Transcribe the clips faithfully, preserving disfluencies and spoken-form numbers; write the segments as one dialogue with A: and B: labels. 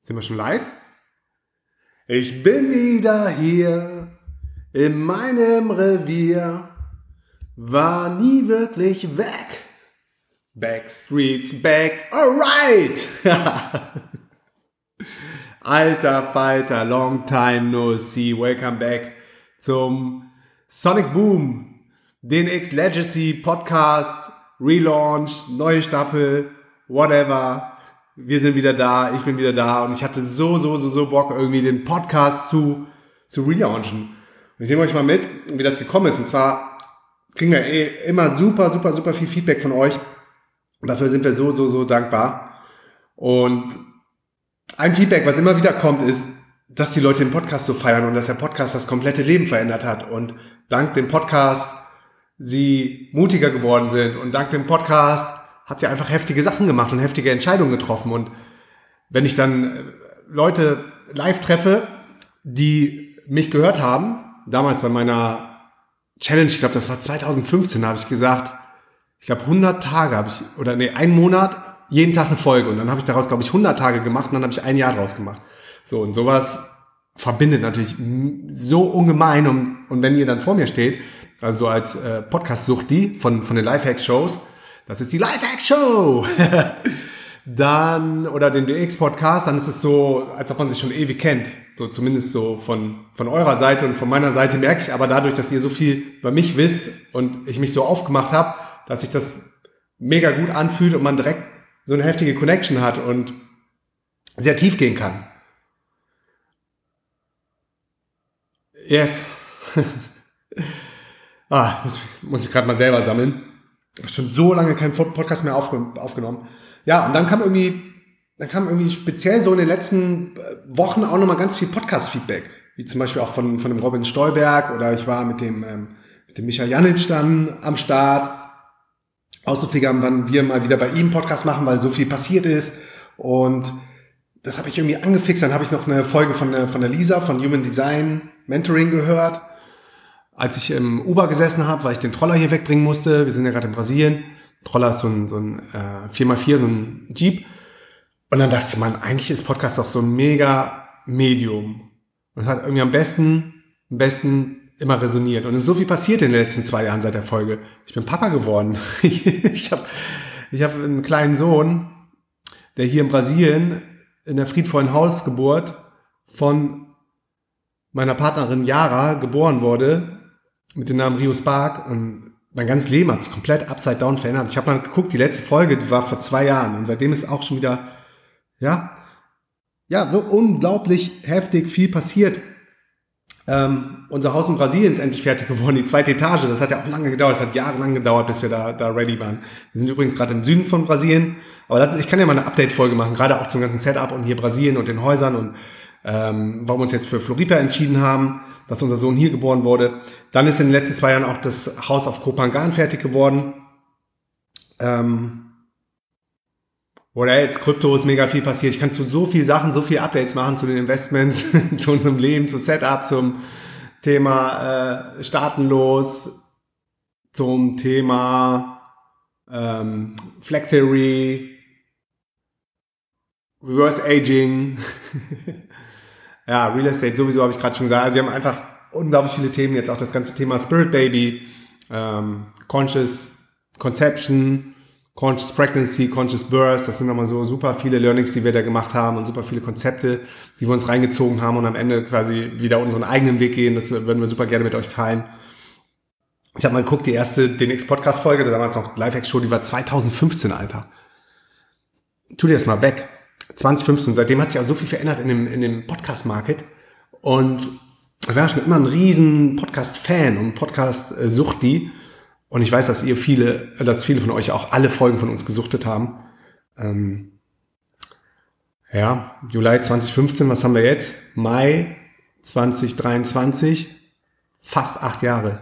A: Sind wir schon live? Ich bin wieder hier in meinem Revier, war nie wirklich weg. Backstreets back, alright! Alter Falter, long time no see, welcome back zum Sonic Boom, D N X Legacy Podcast, Relaunch, neue Staffel, whatever. Wir sind wieder da, ich bin wieder da und ich hatte so, so, so, so Bock, irgendwie den Podcast zu, zu relaunchen. Und ich nehme euch mal mit, wie das gekommen ist. Und zwar kriegen wir eh immer super, super, super viel Feedback von euch. Und dafür sind wir so, so, so dankbar. Und ein Feedback, was immer wieder kommt, ist, dass die Leute den Podcast so feiern und dass der Podcast das komplette Leben verändert hat. Und dank dem Podcast sie mutiger geworden sind. Und dank dem Podcast habt ihr einfach heftige Sachen gemacht und heftige Entscheidungen getroffen. Und wenn ich dann Leute live treffe, die mich gehört haben, damals bei meiner Challenge, ich glaube, das war zwanzig fünfzehn, habe ich gesagt, ich glaube hundert Tage habe ich, oder nee, einen Monat, jeden Tag eine Folge. Und dann habe ich daraus, glaube ich, hundert Tage gemacht und dann habe ich ein Jahr draus gemacht. So, und sowas verbindet natürlich so ungemein. Und, und wenn ihr dann vor mir steht, also als äh, Podcast-Suchti von, von den Lifehacks-Shows, das ist die Lifehack-Show, dann, oder den D N X-Podcast, dann ist es so, als ob man sich schon ewig kennt. So zumindest so von, von eurer Seite und von meiner Seite merke ich aber dadurch, dass ihr so viel über mich wisst und ich mich so aufgemacht habe, dass sich das mega gut anfühlt und man direkt so eine heftige Connection hat und sehr tief gehen kann. Yes. ah, muss, muss ich gerade mal selber sammeln. Ich habe schon so lange keinen Podcast mehr aufge- aufgenommen. Ja, und dann kam irgendwie, dann kam irgendwie speziell so in den letzten Wochen auch nochmal ganz viel Podcast-Feedback. Wie zum Beispiel auch von, von dem Robin Stolberg oder ich war mit dem, ähm, mit dem Micha Janic dann am Start. Ausgefigert, wann wir mal wieder bei ihm Podcast machen, weil so viel passiert ist. Und das habe ich irgendwie angefixt. Dann habe ich noch eine Folge von der, von der Lisa von Human Design Mentoring gehört. Als ich im Uber gesessen habe, weil ich den Troller hier wegbringen musste, wir sind ja gerade in Brasilien, Troller ist so ein, so ein äh, vier mal vier, so ein Jeep. Und dann dachte ich, man, eigentlich ist Podcast doch so ein mega Medium. Und es hat irgendwie am besten, am besten immer resoniert. Und es ist so viel passiert in den letzten zwei Jahren seit der Folge. Ich bin Papa geworden. ich habe ich hab einen kleinen Sohn, der hier in Brasilien in der friedvollen Hausgeburt von meiner Partnerin Yara geboren wurde, mit dem Namen Rio Spark, und mein ganzes Leben hat sich komplett upside down verändert. Ich habe mal geguckt, die letzte Folge, die war vor zwei Jahren und seitdem ist auch schon wieder, ja, ja, so unglaublich heftig viel passiert. Ähm, unser Haus in Brasilien ist endlich fertig geworden, die zweite Etage, das hat ja auch lange gedauert, das hat jahrelang gedauert, bis wir da, da ready waren. Wir sind übrigens gerade im Süden von Brasilien, aber das, ich kann ja mal eine Update-Folge machen, gerade auch zum ganzen Setup und hier Brasilien und den Häusern und ähm, warum wir uns jetzt für Floripa entschieden haben, dass unser Sohn hier geboren wurde. Dann ist in den letzten zwei Jahren auch das Haus auf Koh Phangan fertig geworden. Ähm, oder jetzt Krypto ist mega viel passiert. Ich kann zu so viel Sachen, so viel Updates machen zu den Investments, zu unserem Leben, zu Setup, zum Thema äh, Staatenlos, zum Thema ähm, Flag Theory, Reverse Aging. Ja, Real Estate sowieso, habe ich gerade schon gesagt. Wir haben einfach unglaublich viele Themen. Jetzt auch das ganze Thema Spirit Baby, ähm, Conscious Conception, Conscious Pregnancy, Conscious Birth. Das sind nochmal so super viele Learnings, die wir da gemacht haben und super viele Konzepte, die wir uns reingezogen haben und am Ende quasi wieder unseren eigenen Weg gehen. Das würden wir super gerne mit euch teilen. Ich habe mal geguckt, die erste D N X-Podcast-Folge, da damals noch Lifehack-Show, die war zwanzig fünfzehn, Alter. Tu dir das mal weg. zwanzig fünfzehn, seitdem hat sich auch so viel verändert in dem, in dem Podcast-Market und ich war schon immer ein riesen Podcast-Fan und Podcast-Suchti und ich weiß, dass ihr viele, dass viele von euch auch alle Folgen von uns gesuchtet haben. Ähm, ja, Juli zwanzig fünfzehn, was haben wir jetzt? Mai zwanzig dreiundzwanzig, fast acht Jahre.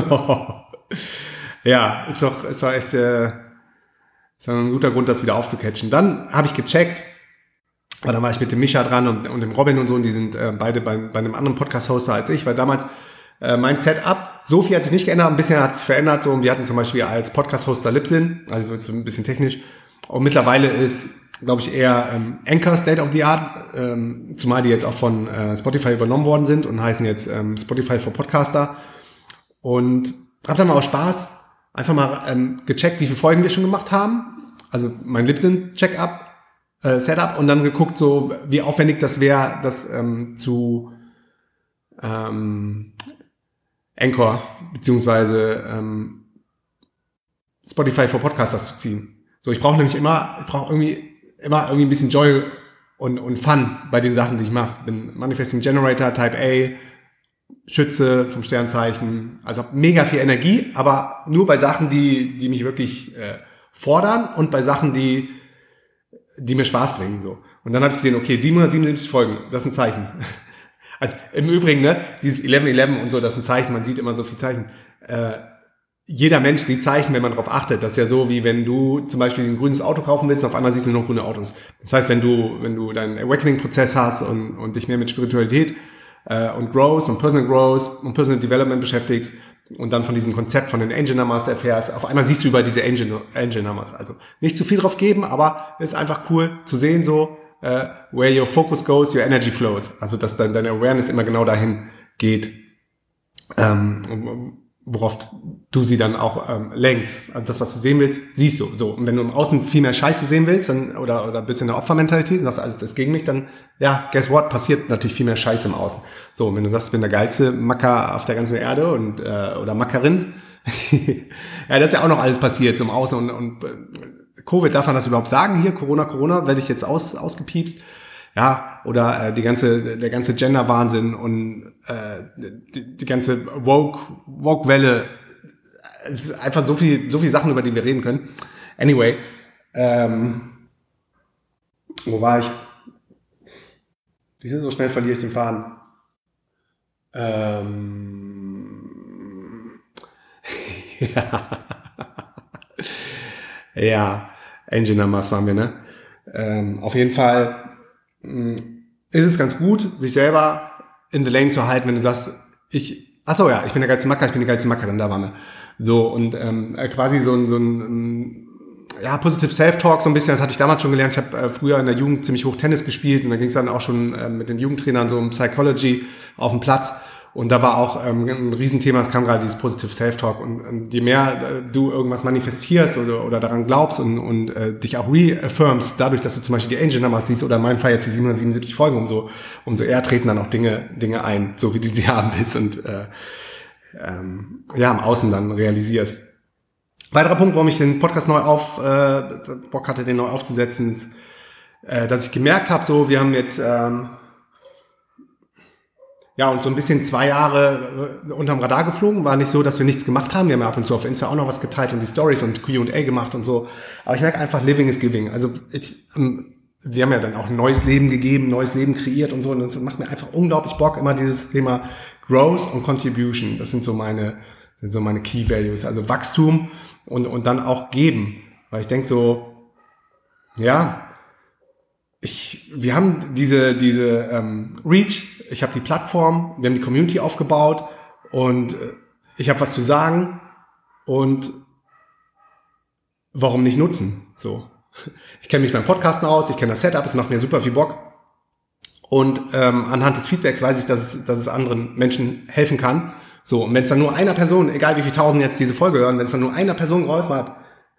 A: Ja, ist doch, ist doch echt äh, ist doch ein guter Grund, das wieder aufzucatchen. Dann habe ich gecheckt, aber dann war ich mit dem Micha dran und, und dem Robin und so, und die sind äh, beide bei, bei einem anderen Podcast-Hoster als ich, weil damals äh, mein Setup, so viel hat sich nicht geändert, ein bisschen hat sich verändert, so, und wir hatten zum Beispiel als Podcast-Hoster Libsyn, also so ein bisschen technisch, und mittlerweile ist glaube ich, eher ähm, Anchor State of the Art, ähm, zumal die jetzt auch von äh, Spotify übernommen worden sind und heißen jetzt ähm, Spotify for Podcaster. Und habe dann mal auch Spaß, einfach mal ähm, gecheckt, wie viele Folgen wir schon gemacht haben. Also mein Libsyn-Check-up, äh, Setup und dann geguckt, so wie aufwendig das wäre, das ähm, zu ähm, Anchor beziehungsweise ähm, Spotify for Podcasters zu ziehen. So, ich brauche nämlich immer, ich brauche irgendwie immer irgendwie ein bisschen Joy und, und Fun bei den Sachen, die ich mache. Bin Manifesting Generator, Type A, Schütze vom Sternzeichen, also habe mega viel Energie, aber nur bei Sachen, die, die mich wirklich äh, fordern und bei Sachen, die, die mir Spaß bringen. So. Und dann habe ich gesehen, okay, siebenhundertsiebenundsiebzig Folgen, das ist ein Zeichen. Also, im Übrigen, ne, dieses elf elf und so, das ist ein Zeichen, man sieht immer so viel Zeichen. Äh, Jeder Mensch sieht Zeichen, wenn man darauf achtet. Das ist ja so, wie wenn du zum Beispiel ein grünes Auto kaufen willst und auf einmal siehst du noch grüne Autos. Das heißt, wenn du, wenn du deinen Awakening-Prozess hast und, und dich mehr mit Spiritualität äh, und Growth und Personal Growth und Personal Development beschäftigst und dann von diesem Konzept von den Angel Numbers erfährst, auf einmal siehst du über diese Angel, Angel Numbers. Also nicht zu viel drauf geben, aber es ist einfach cool zu sehen, so, äh, where your focus goes, your energy flows. Also, dass dann deine Awareness immer genau dahin geht, ähm, worauf du sie dann auch ähm, lenkst. Also das, was du sehen willst, siehst du. So. Und wenn du im Außen viel mehr Scheiße sehen willst, dann, oder, oder ein bisschen eine Opfermentalität, sagst alles das gegen mich, dann, ja, guess what, passiert natürlich viel mehr Scheiße im Außen. So, und wenn du sagst, ich bin der geilste Macker auf der ganzen Erde und, äh, oder Mackerin, ja, das ist ja auch noch alles passiert, so im Außen und, und äh, Covid, darf man das überhaupt sagen hier? Corona, Corona, werde ich jetzt aus, ausgepiepst? Ja, oder äh, die ganze, der ganze Gender-Wahnsinn und äh, die, die ganze Woke, Woke-Welle. Es ist einfach so viel, so viel Sachen, über die wir reden können. Anyway, ähm, wo war ich? Wieso so schnell verliere ich den Faden? Ähm, ja. Ja, Angel Numbers waren wir, ne? Ähm, auf jeden Fall ist es ganz gut, sich selber in the lane zu halten, wenn du sagst, ich, ach so, ja, ich bin der geilste Macker, ich bin die geilste Mackerin, da waren wir. So, und ähm, quasi so ein, so ein, ja, Positive Self-Talk so ein bisschen, das hatte ich damals schon gelernt. Ich habe äh, früher in der Jugend ziemlich hoch Tennis gespielt und da ging es dann auch schon äh, mit den Jugendtrainern so um Psychology auf dem Platz. Und da war auch ähm, ein Riesenthema, es kam gerade dieses Positive Self-Talk. Und, und je mehr äh, du irgendwas manifestierst oder, oder daran glaubst und, und äh, dich auch reaffirmst, dadurch, dass du zum Beispiel die Angel Numbers siehst oder in meinem Fall jetzt die siebenhundertsiebenundsiebzig Folgen, umso, umso eher treten dann auch Dinge, Dinge ein, so wie du sie haben willst und äh, ähm, ja, im Außen dann realisierst. Weiterer Punkt, warum ich den Podcast neu auf äh, Bock hatte, den neu aufzusetzen, ist, äh, dass ich gemerkt habe, so wir haben jetzt ähm, ja, und so ein bisschen zwei Jahre unterm Radar geflogen. War nicht so, dass wir nichts gemacht haben. Wir haben ja ab und zu auf Insta auch noch was geteilt und die Stories und Q und A gemacht und so. Aber ich merke einfach, living is giving. Also ich, ähm, wir haben ja dann auch ein neues Leben gegeben, neues Leben kreiert und so. Und das macht mir einfach unglaublich Bock, immer dieses Thema Growth und Contribution. Das sind so meine, sind so meine Key Values. Also Wachstum und, und dann auch geben. Weil ich denke so, ja, ich, wir haben diese, diese ähm, Reach, ich habe die Plattform, wir haben die Community aufgebaut und äh, ich habe was zu sagen und warum nicht nutzen? So, ich kenne mich beim Podcasten aus, ich kenne das Setup, es macht mir super viel Bock und ähm, anhand des Feedbacks weiß ich, dass es, dass es anderen Menschen helfen kann. So, und wenn es dann nur einer Person, egal wie viele tausend jetzt diese Folge hören, wenn es dann nur einer Person geholfen hat,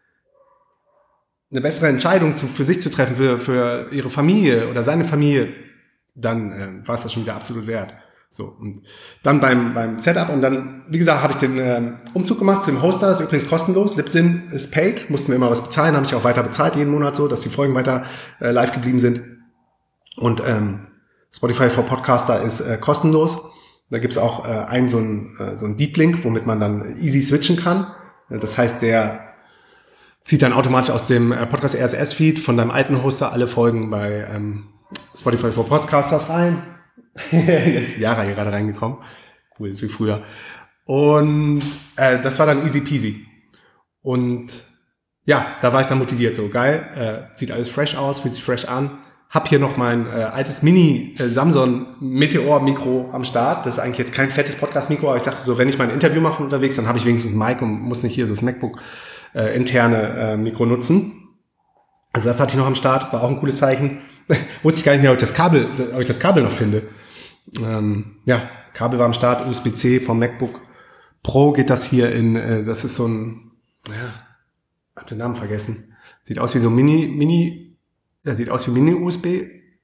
A: eine bessere Entscheidung zu, für sich zu treffen, für, für ihre Familie oder seine Familie, dann äh, war es das schon wieder absolut wert. So, und dann beim, beim Setup und dann, wie gesagt, habe ich den äh, Umzug gemacht zu dem Hoster, ist übrigens kostenlos, Libsyn ist paid, mussten wir immer was bezahlen, habe ich auch weiter bezahlt jeden Monat so, dass die Folgen weiter äh, live geblieben sind. Und ähm, Spotify for Podcaster ist äh, kostenlos. Da gibt's auch äh, einen so einen, äh, so einen Deep Link, womit man dann easy switchen kann. Das heißt, der zieht dann automatisch aus dem Podcast R S S-Feed von deinem alten Hoster alle Folgen bei ähm, Spotify for Podcasters rein. Jetzt ist Jara hier gerade reingekommen. Cool, ist wie früher. Und äh, das war dann easy peasy. Und ja, da war ich dann motiviert. So geil, äh, sieht alles fresh aus, fühlt sich fresh an. Hab hier noch mein äh, altes Mini äh, Samsung Meteor Mikro am Start. Das ist eigentlich jetzt kein fettes Podcast-Mikro, aber ich dachte so, wenn ich mein Interview mache von unterwegs, dann habe ich wenigstens ein Mic und muss nicht hier so das MacBook Äh, interne äh, Mikro nutzen. Also das hatte ich noch am Start, war auch ein cooles Zeichen. Wusste ich gar nicht mehr, ob ich das Kabel, ob ich das Kabel noch finde. Ähm, ja, Kabel war am Start, U S B C vom MacBook Pro geht das hier in, äh, das ist so ein, ja, hab den Namen vergessen. Sieht aus wie so Mini, Mini, ja, sieht aus wie Mini-U S B.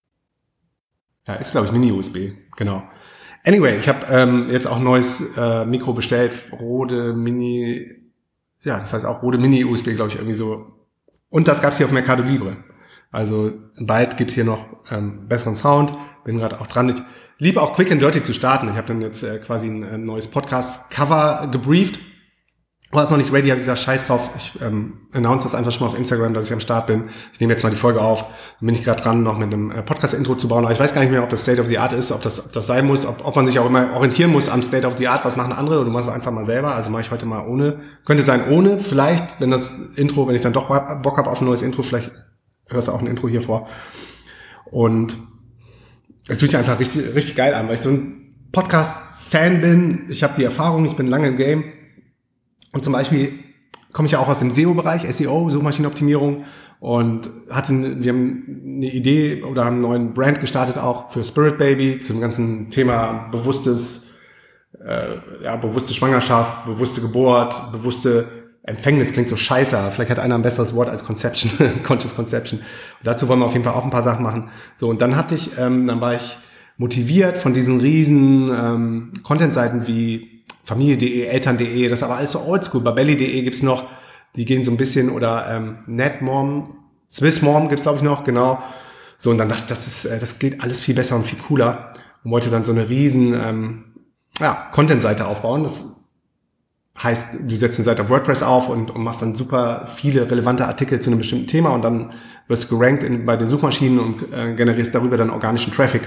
A: Ja, ist glaube ich Mini-U S B, genau. Anyway, ich habe ähm, jetzt auch ein neues äh, Mikro bestellt, Rode Mini, ja, das heißt auch Rode Mini-U S B, glaube ich, irgendwie so. Und das gab's hier auf Mercado Libre. Also bald gibt's hier noch ähm, besseren Sound. Bin gerade auch dran. Ich liebe auch Quick and Dirty zu starten. Ich habe dann jetzt äh, quasi ein, ein neues Podcast-Cover gebrieft. War es noch nicht ready, habe ich gesagt, scheiß drauf. Ich ähm, announce das einfach schon mal auf Instagram, dass ich am Start bin. Ich nehme jetzt mal die Folge auf. Dann bin ich gerade dran, noch mit einem äh, Podcast-Intro zu bauen. Aber ich weiß gar nicht mehr, ob das State of the Art ist, ob das, ob das sein muss, ob, ob man sich auch immer orientieren muss am State of the Art. Was machen andere? Oder du machst es einfach mal selber. Also mache ich heute mal ohne. Könnte sein ohne. Vielleicht, wenn das Intro, wenn ich dann doch Bock habe auf ein neues Intro, vielleicht hörst du auch ein Intro hier vor. Und es fühlt sich einfach richtig, richtig geil an, weil ich so ein Podcast-Fan bin. Ich habe die Erfahrung, ich bin lange im Game. Und zum Beispiel komme ich ja auch aus dem S E O-Bereich, S E O, Suchmaschinenoptimierung, und hatten, wir haben eine Idee oder haben einen neuen Brand gestartet auch für Spirit Baby zum ganzen Thema bewusstes, äh, ja, bewusste Schwangerschaft, bewusste Geburt, bewusste Empfängnis, klingt so scheiße, aber vielleicht hat einer ein besseres Wort als Conception, Conscious Conception. Und dazu wollen wir auf jeden Fall auch ein paar Sachen machen. So, und dann hatte ich, ähm, dann war ich motiviert von diesen riesen ähm, Content-Seiten wie Familie punkt de, Eltern punkt de, das ist aber alles so oldschool. Babelli punkt de gibt's noch, die gehen so ein bisschen, oder ähm, Netmom, Swissmom gibt's glaube ich noch, genau. So, und dann dachte ich, das ist, äh, das geht alles viel besser und viel cooler. Und wollte dann so eine riesen ähm, ja, Content-Seite aufbauen. Das heißt, du setzt eine Seite auf WordPress auf und, und machst dann super viele relevante Artikel zu einem bestimmten Thema und dann wirst du gerankt in, bei den Suchmaschinen und äh, generierst darüber dann organischen Traffic.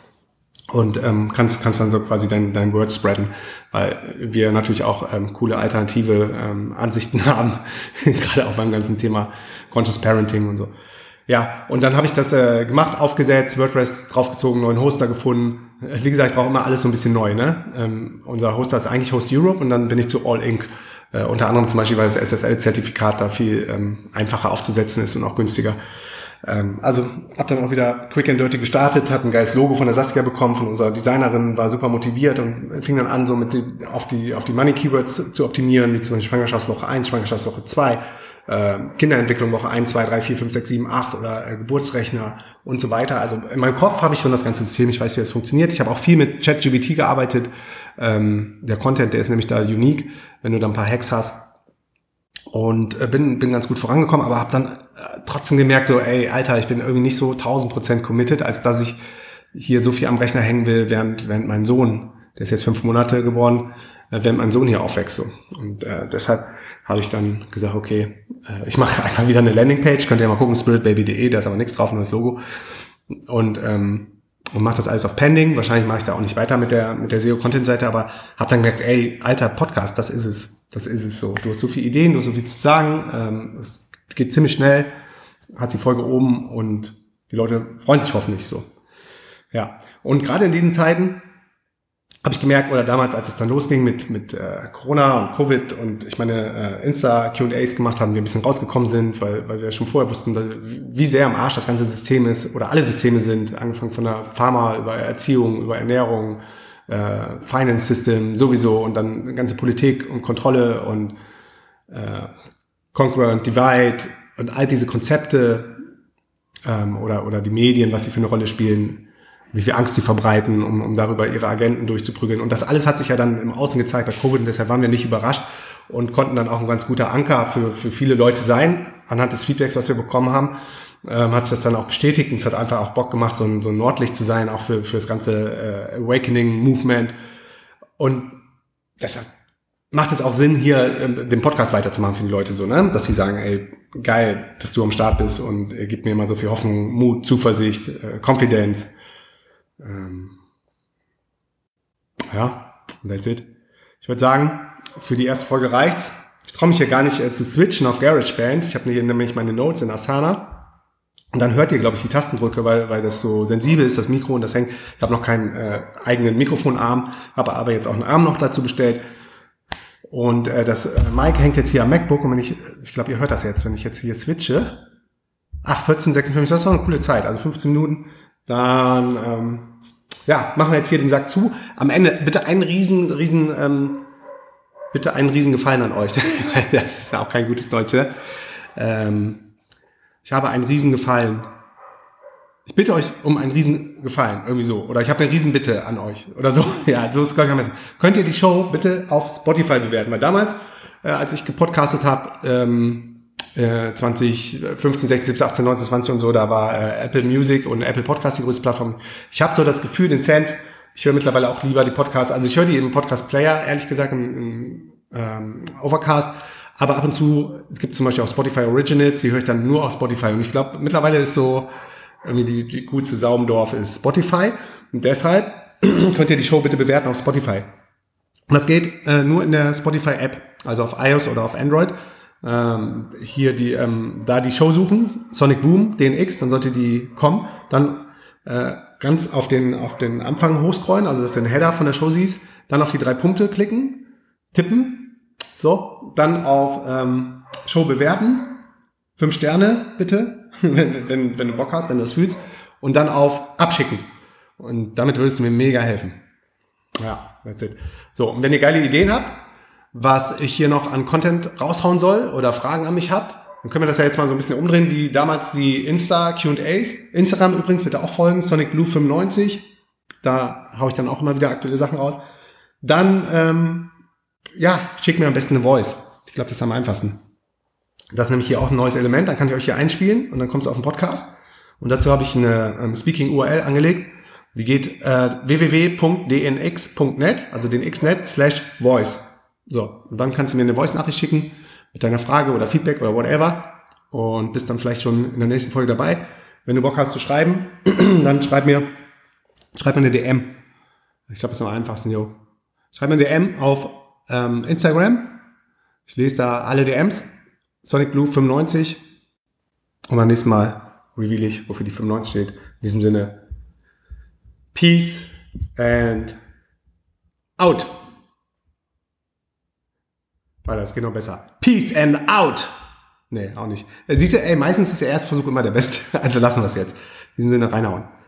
A: Und ähm, kannst kannst dann so quasi dein dein Word spreaden, weil wir natürlich auch ähm, coole alternative ähm, Ansichten haben, gerade auch beim ganzen Thema Conscious Parenting und so. Ja, und dann habe ich das äh, gemacht, aufgesetzt, WordPress draufgezogen, neuen Hoster gefunden. Wie gesagt, ich brauche immer alles so ein bisschen neu. Ne? Ähm, unser Hoster ist eigentlich Host Europe und dann bin ich zu All Inc. Äh, unter anderem zum Beispiel, weil das S S L-Zertifikat da viel ähm, einfacher aufzusetzen ist und auch günstiger. Ähm, also hab dann auch wieder Quick and Dirty gestartet, hat ein geiles Logo von der Saskia bekommen, von unserer Designerin, war super motiviert und fing dann an, so mit die, auf die auf die Money Keywords zu optimieren, wie zum Beispiel Schwangerschaftswoche eins, Schwangerschaftswoche zwei, äh, Kinderentwicklung Woche eins, zwei, drei, vier, fünf, sechs, sieben, acht oder äh, Geburtsrechner und so weiter. Also in meinem Kopf habe ich schon das ganze System, ich weiß, wie das funktioniert. Ich habe auch viel mit ChatGPT gearbeitet. Ähm, der Content, der ist nämlich da unique, wenn du da ein paar Hacks hast. Und äh, bin bin ganz gut vorangekommen, aber habe dann äh, trotzdem gemerkt, so, ey, Alter, ich bin irgendwie nicht so tausend Prozent committed, als dass ich hier so viel am Rechner hängen will, während während mein Sohn, der ist jetzt fünf Monate geworden, äh, während mein Sohn hier aufwächst. So. Und äh, deshalb habe ich dann gesagt, okay, äh, ich mache einfach wieder eine Landingpage, könnt ihr mal gucken, spirit baby punkt de, da ist aber nichts drauf, nur das Logo. Und ähm, und mache das alles auf Pending. Wahrscheinlich mache ich da auch nicht weiter mit der mit der S E O-Content-Seite, aber habe dann gemerkt, ey, alter Podcast, das ist es. Das ist es so. Du hast so viele Ideen, du hast so viel zu sagen. Ähm, es geht ziemlich schnell, hat die Folge oben und die Leute freuen sich hoffentlich so. Ja, und gerade in diesen Zeiten habe ich gemerkt, oder damals, als es dann losging mit mit äh, Corona und Covid und ich meine äh, Insta-Q and A's gemacht haben, wir ein bisschen rausgekommen sind, weil weil wir schon vorher wussten, wie sehr am Arsch das ganze System ist oder alle Systeme sind, angefangen von der Pharma über Erziehung, über Ernährung, äh, Finance System sowieso und dann ganze Politik und Kontrolle und äh, Conquer and Divide und all diese Konzepte ähm, oder oder die Medien, was die für eine Rolle spielen, wie viel Angst sie verbreiten, um, um darüber ihre Agenten durchzuprügeln. Und das alles hat sich ja dann im Außen gezeigt bei Covid und deshalb waren wir nicht überrascht und konnten dann auch ein ganz guter Anker für, für viele Leute sein. Anhand des Feedbacks, was wir bekommen haben, ähm, hat es das dann auch bestätigt und es hat einfach auch Bock gemacht, so ein, so ein Nordlicht zu sein, auch für, für das ganze äh, Awakening-Movement. Und deshalb macht es auch Sinn, hier ähm, den Podcast weiterzumachen für die Leute so, ne? Dass sie sagen, ey, geil, dass du am Start bist und äh, gib mir mal so viel Hoffnung, Mut, Zuversicht, äh, Confidence. Ähm, ja, that's it. Ich würde sagen, für die erste Folge reicht's. Ich traue mich hier gar nicht äh, zu switchen auf GarageBand. Ich habe hier nämlich meine Notes in Asana. Und dann hört ihr, glaube ich, die Tastendrücke, weil weil das so sensibel ist, das Mikro, und das hängt. Ich habe noch keinen äh, eigenen Mikrofonarm, habe aber jetzt auch einen Arm noch dazu bestellt. Und äh, das äh, Mic hängt jetzt hier am MacBook. Und wenn ich, ich glaube, ihr hört das jetzt, wenn ich jetzt hier switche, Ach, vierzehn sechsundfünfzig, das war eine coole Zeit, also fünfzehn Minuten. Dann, ähm, ja, machen wir jetzt hier den Sack zu. Am Ende bitte einen riesen, riesen, ähm, bitte einen riesen Gefallen an euch. Das ist ja auch kein gutes Deutsch, ne? ähm, Ich habe einen riesen Gefallen. Ich bitte euch um einen riesen Gefallen, irgendwie so. Oder ich habe eine riesen Bitte an euch. Oder so. Ja, so ist es gar nicht. Könnt ihr die Show bitte auf Spotify bewerten? Weil damals, äh, als ich gepodcastet habe, ähm, äh, zwanzig fünfzehn, sechzehn, siebzehn, achtzehn, neunzehn, zwanzig und so, da war äh, Apple Music und Apple Podcast die größte Plattform. Ich habe so das Gefühl, den Sense, ich höre mittlerweile auch lieber die Podcasts, also ich höre die im Podcast-Player, ehrlich gesagt, im, im ähm, Overcast, aber ab und zu, es gibt zum Beispiel auch Spotify Originals, die höre ich dann nur auf Spotify. Und ich glaube, mittlerweile ist so, irgendwie die, die coolste Sau im Dorf ist Spotify. Und deshalb könnt ihr die Show bitte bewerten auf Spotify. Und das geht äh, nur in der Spotify-App, also auf iOS oder auf Android. Ähm, hier die, ähm, da die Show suchen, Sonic Boom, D N X, dann sollte die kommen. Dann äh, ganz auf den, auf den Anfang hochscrollen, also dass du den Header von der Show siehst. Dann auf die drei Punkte klicken, tippen. So, dann auf ähm, Show bewerten. Fünf Sterne, bitte, wenn, wenn, wenn du Bock hast, wenn du es fühlst. Und dann auf Abschicken. Und damit würdest du mir mega helfen. Ja, that's it. So, und wenn ihr geile Ideen habt, was ich hier noch an Content raushauen soll oder Fragen an mich habt, dann können wir das ja jetzt mal so ein bisschen umdrehen, wie damals die Insta-Q und A's. Instagram übrigens, bitte auch folgen, Sonic Blue fünfundneunzig. Da haue ich dann auch immer wieder aktuelle Sachen raus. Dann, ähm, ja, schickt mir am besten eine Voice. Ich glaube, das ist am einfachsten. Das ist nämlich hier auch ein neues Element, dann kann ich euch hier einspielen und dann kommt es auf den Podcast. Und dazu habe ich eine ähm, Speaking-U R L angelegt. Die geht äh, w w w punkt d n x punkt net, also den xnet slash voice. So, und dann kannst du mir eine Voice-Nachricht schicken mit deiner Frage oder Feedback oder whatever und bist dann vielleicht schon in der nächsten Folge dabei. Wenn du Bock hast zu schreiben, dann schreib mir, schreib mir eine D M. Ich glaube, das ist am einfachsten, jo. Schreib mir eine D M auf ähm, Instagram. Ich lese da alle D Ms. Sonic Blue fünfundneunzig. Und beim nächsten Mal reveal ich, wofür die fünfundneunzig steht. In diesem Sinne, Peace and out. Weil das geht noch besser. Peace and out. Nee, auch nicht. Siehst du, ey, meistens ist der erste Versuch immer der beste. Also lassen wir es jetzt. In diesem Sinne, reinhauen.